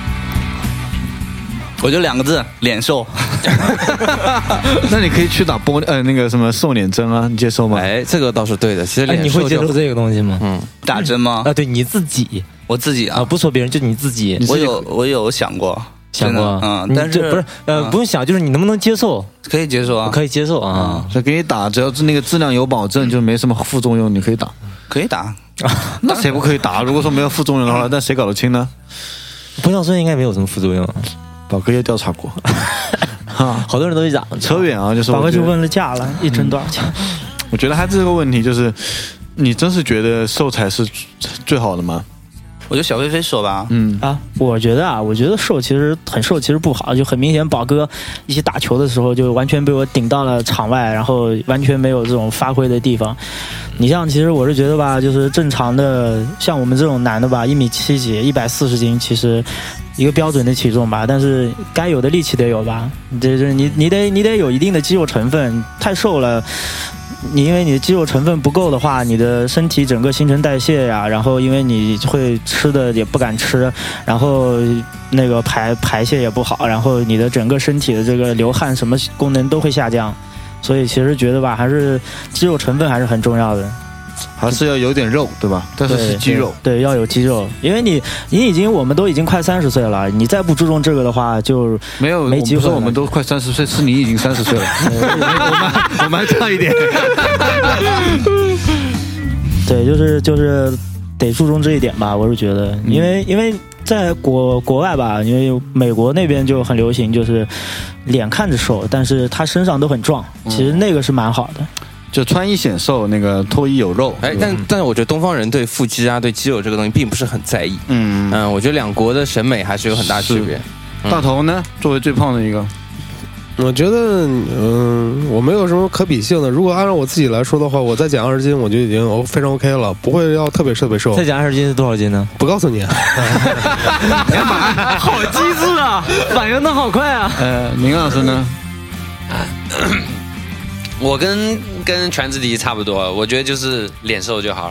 我就两个字，脸瘦。 那你可以去打玻呃那个什么瘦脸针啊，你接受吗？ 哎，这个倒是对的。其实脸瘦、 哎、你会接受这个东西吗？ 嗯，打针吗？ 啊，对你自己， 我自己啊， 啊不说别人，就你自己。 我有我有想过， 想过， 嗯，但是不是呃、嗯、不用想，就是你能不能接受？ 可以接受啊， 可以接受啊。 所以给你打，只要是那个质量有保证，就没什么副作用，你可以打。 可以打， 那谁不可以打？如果说没有副作用的话，那谁搞得清呢？ 玻尿酸应该没有什么副作用。 宝哥也调查过， 好多人都去打。 扯远啊，就是宝哥就问了价了，一针多少钱？ 我觉得还是这个问题，就是你真是觉得瘦才是最好的吗？ 我觉得小飞飞说吧， 嗯啊，我觉得啊，我觉得瘦其实很瘦，其实不好，就很明显，宝哥一起打球的时候就完全被我顶到了场外，然后完全没有这种发挥的地方。你像，其实我是觉得吧，就是正常的，像我们这种男的吧，一米七几，一百四十斤，其实一个标准的体重吧，但是该有的力气得有吧，就是你你得你得有一定的肌肉成分，太瘦了。你因为你的肌肉成分不够的话，你的身体整个新陈代谢呀，然后因为你会吃的也不敢吃，然后那个排排泄也不好，然后你的整个身体的这个流汗什么功能都会下降，所以其实觉得吧，还是肌肉成分还是很重要的。 还是要有点肉，对吧？但是是肌肉， 对，对，要有肌肉，因为你你已经我们都已经快三十岁了，你再不注重这个的话，就没有没机会。 我们说我们都快三十岁，是你已经三十岁了，我们我们还差一点。 对，就是就是得注重这一点吧，我是觉得，因为、嗯、因为在国国外吧，因为美国那边就很流行，就是脸看着瘦，但是他身上都很壮，其实那个是蛮好的。 就穿衣显瘦，那个脱衣有肉。 哎，但但是我觉得东方人对腹肌啊、对肌肉这个东西并不是很在意。嗯嗯，我觉得两国的审美还是有很大区别。 嗯、大头呢，作为最胖的一个， 我觉得，嗯，我没有什么可比性的。如果按照我自己来说的话，我再减二十斤，我就已经非常 OK 了，不会要特别特别瘦。 再减二十斤是多少斤呢？ 不告诉你。 好机智啊，反应的好快啊。 呃，明老师呢？ 我跟跟全子迪差不多，我觉得就是脸瘦就好了。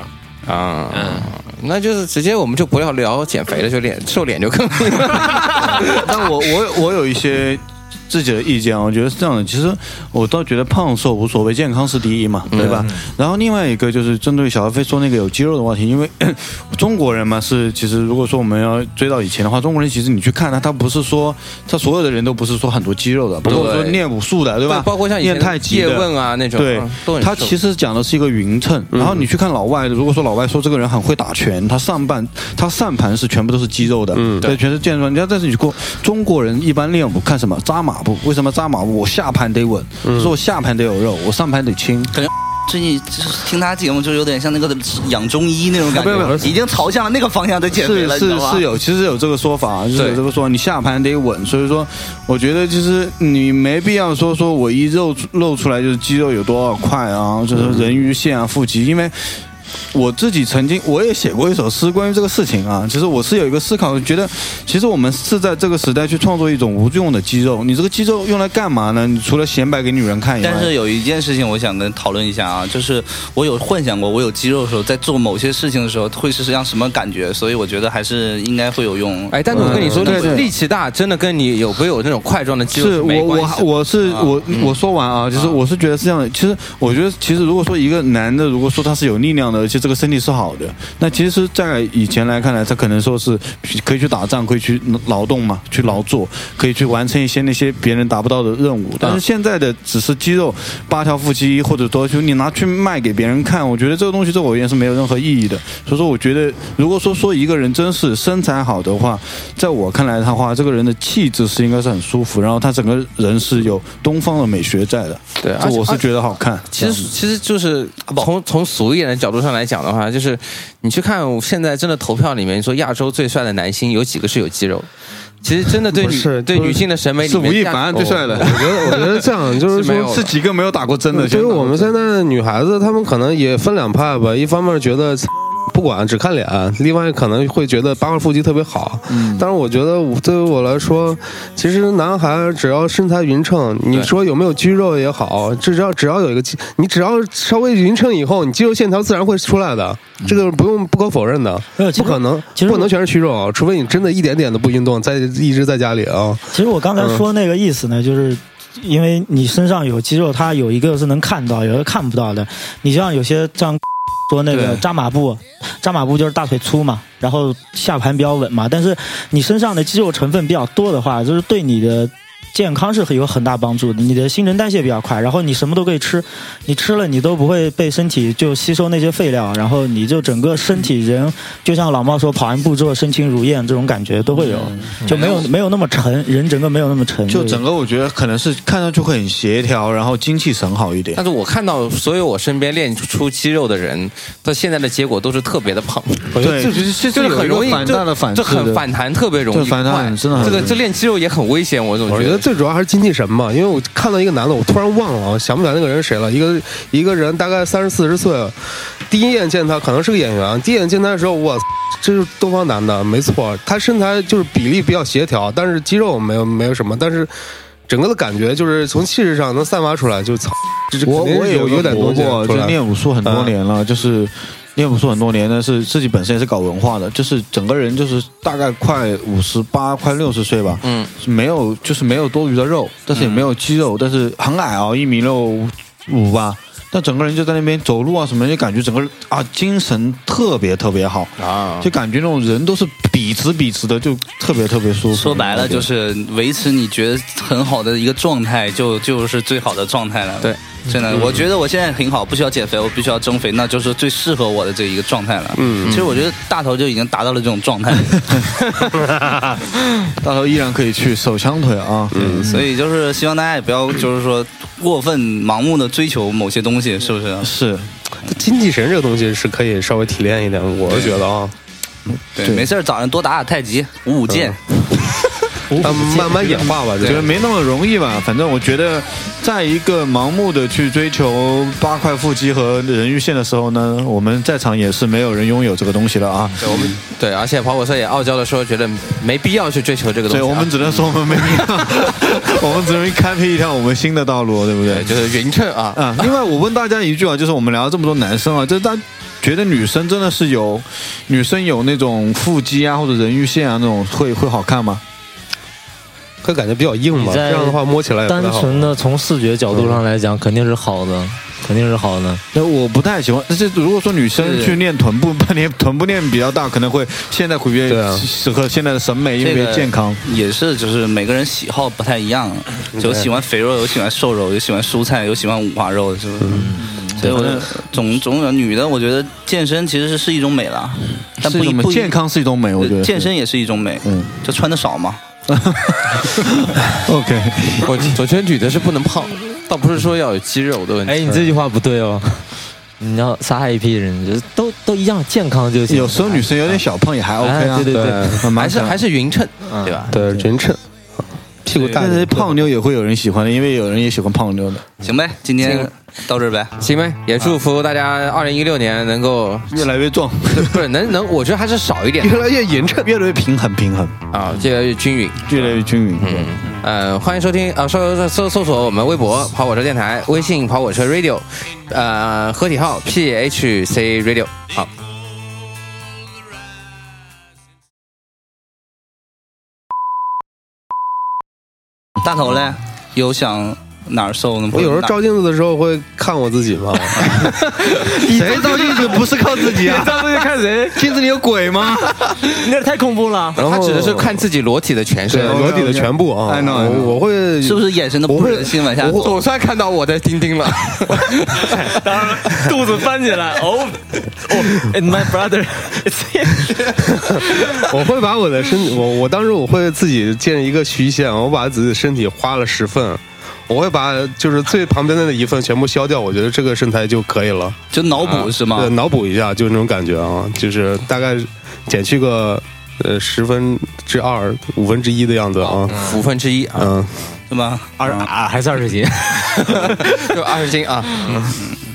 啊，嗯，那就是直接我们就不要聊减肥了，就脸瘦脸就可以了。 但我我我有一些自己的意见，我觉得是这样的。其实我倒觉得胖瘦无所谓，健康是第一嘛，对吧？嗯、然后另外一个就是针对小飞说那个有肌肉的话题，因为中国人嘛是，其实如果说我们要追到以前的话，中国人其实你去看他，他不是说他所有的人都不是说很多肌肉的，包括说练武术的，对吧？对， 包括像以前练太极的、 叶问啊那种， 对， 都他其实讲的是一个匀称。嗯、然后你去看老外，如果说老外说这个人很会打拳，他上半他上盘是全部都是肌肉的，嗯，对，全是健壮。你看，但是你过中国人一般练武看什么扎马步？为什么扎马？我下盘得稳，就是我下盘得有肉，我上盘得轻。 感觉最近听他节目就有点像那个养中医那种感觉，已经朝向了那个方向在减肥了， 是是是有，其实有这个说法，就是有这个说法，你下盘得稳。所以说，我觉得其实你没必要说说我一肉露出来就是肌肉有多少块啊，就是人鱼线啊、腹肌，因为。我自己曾经我也写过一首诗关于这个事情啊，其实我是有一个思考，觉得其实我们是在这个时代去创作一种无用的肌肉，你这个肌肉用来干嘛呢？你除了显摆给女人看以外。 但是有一件事情我想跟讨论一下啊，就是我有幻想过我有肌肉的时候在做某些事情的时候会是像什么感觉，所以我觉得还是应该会有用。 哎，但是我跟你说，嗯、力气大真的跟你有没有那种块状的肌肉是没关系。 我我我是我我说完啊，就是我是觉得是这样的。其实我觉得，其实如果说一个男的，如果说他是有力量的，而且这个身体是好的，那其实在以前来看来，他可能说是可以去打仗，可以去劳动嘛，去劳作，可以去完成一些那些别人达不到的任务。但是现在的只是肌肉八条腹肌或者多就你拿去卖给别人看，我觉得这个东西在我而言是没有任何意义的。所以说，我觉得如果说说一个人真是身材好的话，在我看来的话，这个人的气质是应该是很舒服，然后他整个人是有东方的美学在的。 对， 这我是觉得好看。 其实其实就是从从俗一点的角度上来讲的话，就是你去看现在真的投票里面，你说亚洲最帅的男星有几个是有肌肉？其实真的对女对女性的审美里面， 是吴亦凡最帅的。 我觉得我觉得这样就是说是几个没有打过针的。 就是我们现在的女孩子，她们可能也分两派吧，一方面觉得。不管只看脸，另外可能会觉得八块腹肌特别好。嗯，但是我觉得对于我来说，其实男孩只要身材匀称，你说有没有肌肉也好，只要只要有一个，你只要稍微匀称以后，你肌肉线条自然会出来的，这个不用不可否认的。不可能，不能全是虚肉，除非你真的一点点的不运动，在一直在家里啊。 其实我刚才说那个意思呢，就是。因为你身上有肌肉，它有一个是能看到，有一个看不到的。你像有些像说那个扎马步，扎马步就是大腿粗嘛，然后下盘比较稳嘛。但是你身上的肌肉成分比较多的话，就是对你的健康是有很大帮助的。你的新陈代谢比较快，然后你什么都可以吃，你吃了你都不会被身体就吸收那些废料，然后你就整个身体人就像老猫说跑完步之后身轻如燕这种感觉都会有，就没有没有那么沉，人整个没有那么沉， 就整个我觉得可能是看上去会很协调，然后精气神好一点。 但是我看到所有我身边练出肌肉的人，到现在的结果都是特别的胖， 对，就是就是很容易反弹的反， 这很反弹特别容易反弹，真的这个这练肌肉也很危险，我总觉得最主要还是精气神嘛。因为我看到一个男的，我突然忘了，我想不起来那个人是谁了。一个一个人大概三十四十岁了，第一眼见他可能是个演员，第一眼见他的时候，哇，这是东方男的，没错，他身材就是比例比较协调，但是肌肉没有没有什么，但是整个的感觉就是从气质上能散发出来，就操， 我我也有有点过，就练武术很多年了，嗯、就是。练武术很多年呢，是自己本身也是搞文化的，就是整个人就是大概快五十八、快六十岁吧，嗯，没有就是没有多余的肉，但是也没有肌肉，嗯、但是很矮啊，一米六五吧，但整个人就在那边走路啊什么，就感觉整个啊精神特别特别好啊，就感觉那种人都是笔直笔直的，就特别特别舒服。 说白了就是维持你觉得很好的一个状态，就就是最好的状态了。 对。 真的，我觉得我现在挺好，不需要减肥，我必须要增肥，那就是最适合我的这一个状态了。嗯，其实我觉得大头就已经达到了这种状态， 大头依然可以去手枪腿啊。 嗯，所以就是希望大家也不要就是说过分盲目的追求某些东西，是不是？ 是， 精气神这个东西是可以稍微提炼一点，我是觉得啊， 对，对没事早上多打打太极、舞舞剑。 嗯慢慢演化吧， 觉得没那么容易吧。反正我觉得，在一个盲目的去追求八块腹肌和人鱼线的时候呢，我们在场也是没有人拥有这个东西了啊。 对，我们对，而且跑火车也傲娇的说，觉得没必要去追求这个东西、啊。 对，我们只能说我们没必要，我们只能开辟一条我们新的道路，对不对？ 对就是匀称啊啊。另外，我问大家一句啊，就是我们聊了这么多男生啊，就是大觉得女生真的是有女生有那种腹肌啊或者人鱼线啊那种会会好看吗？ 会感觉比较硬吧，这样的话摸起来也不太好。 单纯的从视觉角度上来讲，肯定是好的，肯定是好的。 那我不太喜欢，但是如果说女生去练臀部，练臀部练比较大，可能会现在会越适合现在的审美，因为健康。 也是，就是每个人喜好不太一样，有喜欢肥肉，有喜欢瘦肉，有喜欢蔬菜，有喜欢五花肉，是不是？所以我总总有女的，我觉得健身其实是一种美啦，但不不健康是一种美，我觉得健身也是一种美，嗯，就穿的少嘛。 OK， 我我觉得女的是不能胖，倒不是说要有肌肉的问题。 哎，你这句话不对哦，你要杀害一批人，就是都都一样，健康就行。 有时候女生有点小胖也还 OK 啊， 对对对， 还是还是匀称，对吧？ 对，匀称。屁股大， 但是胖妞也会有人喜欢的，因为有人也喜欢胖妞的。 行呗，今天到这儿呗， 行呗，也祝福大家二零一六年能够越来越壮， 不是能能，我觉得还是少一点， 越来越匀称， 越来越平衡平衡啊，越来越均匀， 越来越均匀。 嗯，呃，欢迎收听啊，搜搜搜搜索我们微博跑火车电台，微信跑火车 radio， 呃，合体号 P H C radio， 好。 大头嘞，有想哪儿瘦呢？ 我有时候照镜子的时候会看我自己吗？ 谁照镜子不是靠自己啊？ 照镜子看谁？ 镜子里有鬼吗？ 你那太恐怖了。 然后他指的是看自己裸体的全身， 裸体的全部啊。我我会是不是眼神的不忍心往下？ 总算看到我的丁丁了。 当然，肚子翻起来，哦哦 ，and my brother， 我会把我的身体，我我当时我会自己建一个虚线，我把自己的身体花了十份。我会把就是最旁边的那一份全部消掉，我觉得这个身材就可以了。 就脑补是吗？ 对，脑补一下，就是那种感觉啊，就是大概减去个呃十分之二、五分之一的样子啊， 五分之一啊， 嗯， 是吗？ 二啊还是二十斤， 就二十斤啊。 嗯